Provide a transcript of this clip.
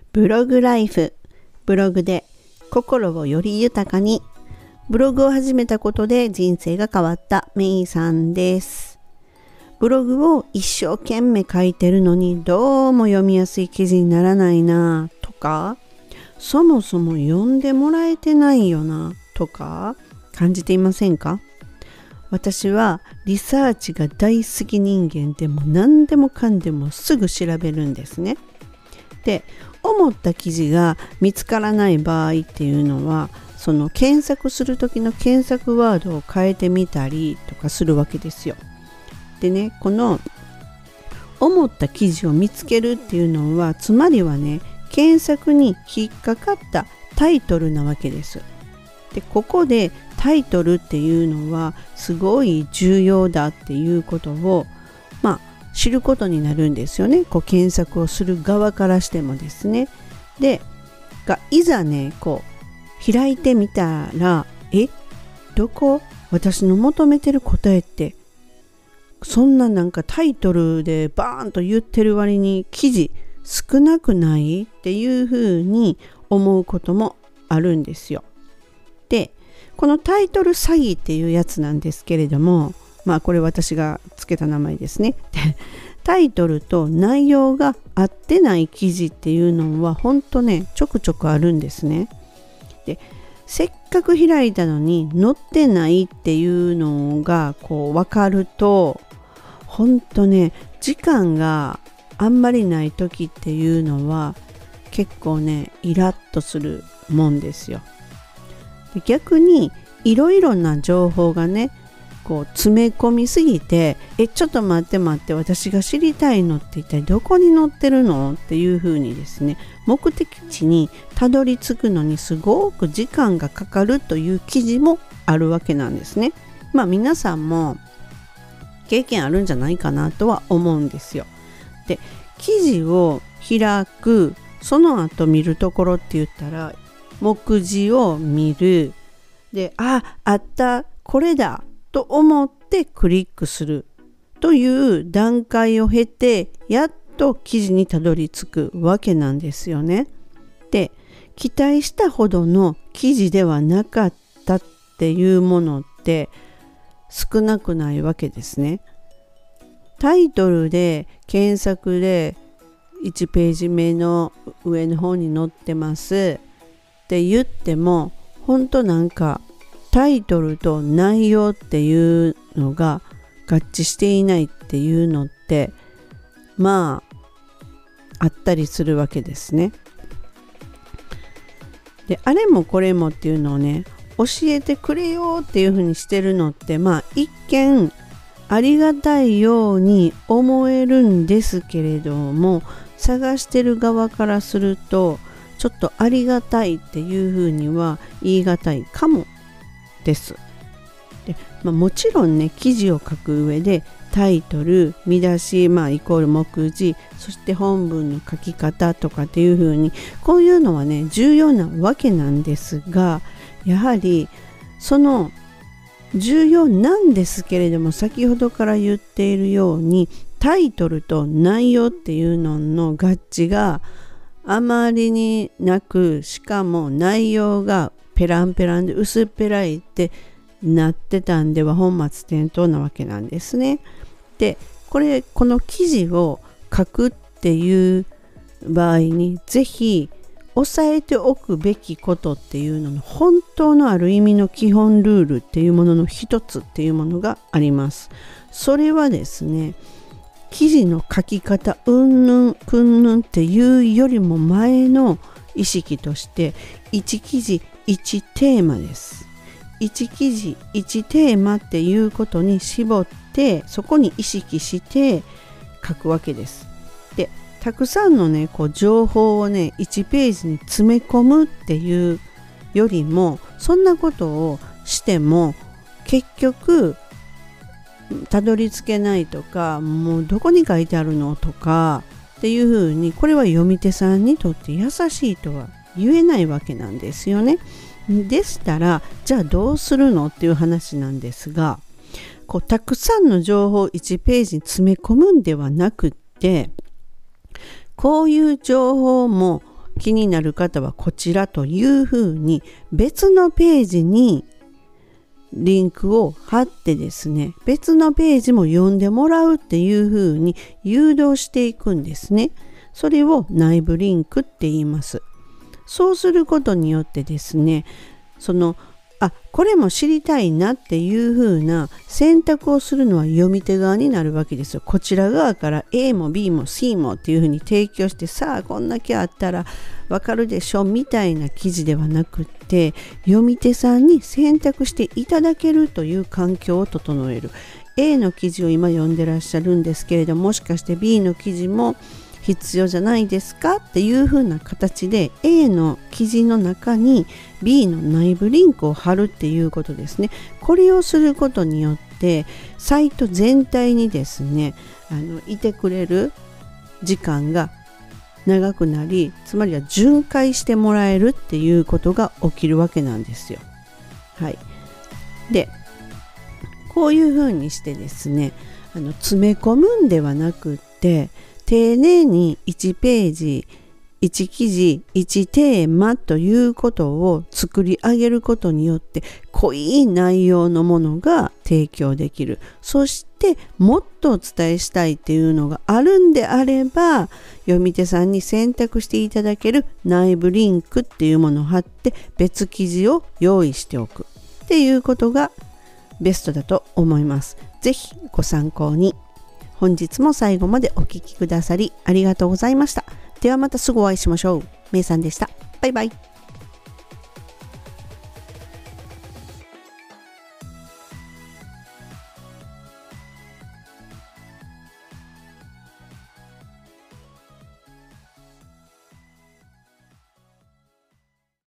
ブログライフ。ブログで心をより豊かに。ブログを始めたことで人生が変わったメイさんです。ブログを一生懸命書いてるのにどうも読みやすい記事にならないなとか、そもそも読んでもらえてないよなとか感じていませんか？私はリサーチが大好き人間でも何でもかんでもすぐ調べるんですね。で、思った記事が見つからない場合っていうのは、その検索する時の検索ワードを変えてみたりとかするわけですよ。でね、この思った記事を見つけるっていうのは、つまりはね、検索に引っかかったタイトルなわけです。で、ここでタイトルっていうのはすごい重要だっていうことを知ることになるんですよね。検索をする側からしてもですね。で、いざね、開いてみたら、どこ？私の求めてる答えって、そんなタイトルでバーンと言ってる割に記事少なくないっていうふうに思うこともあるんですよ。で、このタイトル詐欺っていうやつなんですけれども、これ私がつけた名前ですね。タイトルと内容が合ってない記事っていうのは本当ね、ちょくちょくあるんですね。で、せっかく開いたのに載ってないっていうのが分かると、本当ね、時間があんまりない時っていうのは結構ね、イラッとするもんですよ。で、逆にいろいろな情報がね、詰め込みすぎて、ちょっと待って私が知りたいのって一体どこに載ってるのっていう風にですね、目的地にたどり着くのにすごく時間がかかるという記事もあるわけなんですね。皆さんも経験あるんじゃないかなとは思うんですよ。で、記事を開く、その後見るところって言ったら、目次を見る。で、あった、これだと思ってクリックするという段階を経て、やっと記事にたどり着くわけなんですよね。で、期待したほどの記事ではなかったっていうものって少なくないわけですね。タイトルで検索で1ページ目の上の方に載ってますって言っても、本当タイトルと内容っていうのが合致していないっていうのってあったりするわけですね。で、あれもこれもっていうのをね、教えてくれよっていうふうにしてるのって一見ありがたいように思えるんですけれども、探してる側からするとちょっとありがたいっていうふうには言い難いかもです。で、もちろんね、記事を書く上でタイトル、見出し、イコール目次、そして本文の書き方とかっていう風に、こういうのはね、重要なわけなんですが、やはりその重要なんですけれども、先ほどから言っているようにタイトルと内容っていうのの合致があまりになく、しかも内容がペランペランで薄っぺらいってなってたんでは本末転倒なわけなんですね。で、この記事を書くっていう場合にぜひ押さえておくべきことっていうのの本当のある意味の基本ルールっていうものの一つっていうものがあります。それはですね、記事の書き方うんぬんくんぬんっていうよりも前の意識として、1記事1テーマです。1記事1テーマっていうことに絞って、そこに意識して書くわけです。で、たくさんのね、情報をね、1ページに詰め込むっていうよりも、そんなことをしても結局たどり着けないとか、もうどこに書いてあるのとかっていうふうに、これは読み手さんにとって優しいとは言えないわけなんですよね。でしたら、じゃあどうするのっていう話なんですが、たくさんの情報を1ページに詰め込むんではなくって、こういう情報も気になる方はこちらというふうに別のページにリンクを貼ってですね、別のページも読んでもらうっていうふうに誘導していくんですね。それを内部リンクって言います。そうすることによってですね、これも知りたいなっていう風な選択をするのは読み手側になるわけですよ。こちら側から A も B も C もっていう風に提供して、さあこんだけあったらわかるでしょみたいな記事ではなくって、読み手さんに選択していただけるという環境を整える。A の記事を今読んでらっしゃるんですけれども、しかして B の記事も必要じゃないですかっていう風な形で A の記事の中に B の内部リンクを貼るっていうことですね。これをすることによってサイト全体にですね、いてくれる時間が長くなり、つまりは巡回してもらえるっていうことが起きるわけなんですよ。はい。で、こういう風にしてですね、詰め込むんではなくって丁寧に1ページ、1記事、1テーマということを作り上げることによって濃い内容のものが提供できる。そしてもっとお伝えしたいっていうのがあるんであれば、読み手さんに選択していただける内部リンクっていうものを貼って別記事を用意しておくっていうことがベストだと思います。ぜひご参考に。本日も最後までお聞きくださりありがとうございました。ではまたすぐお会いしましょう。めいさんでした。バイバイ。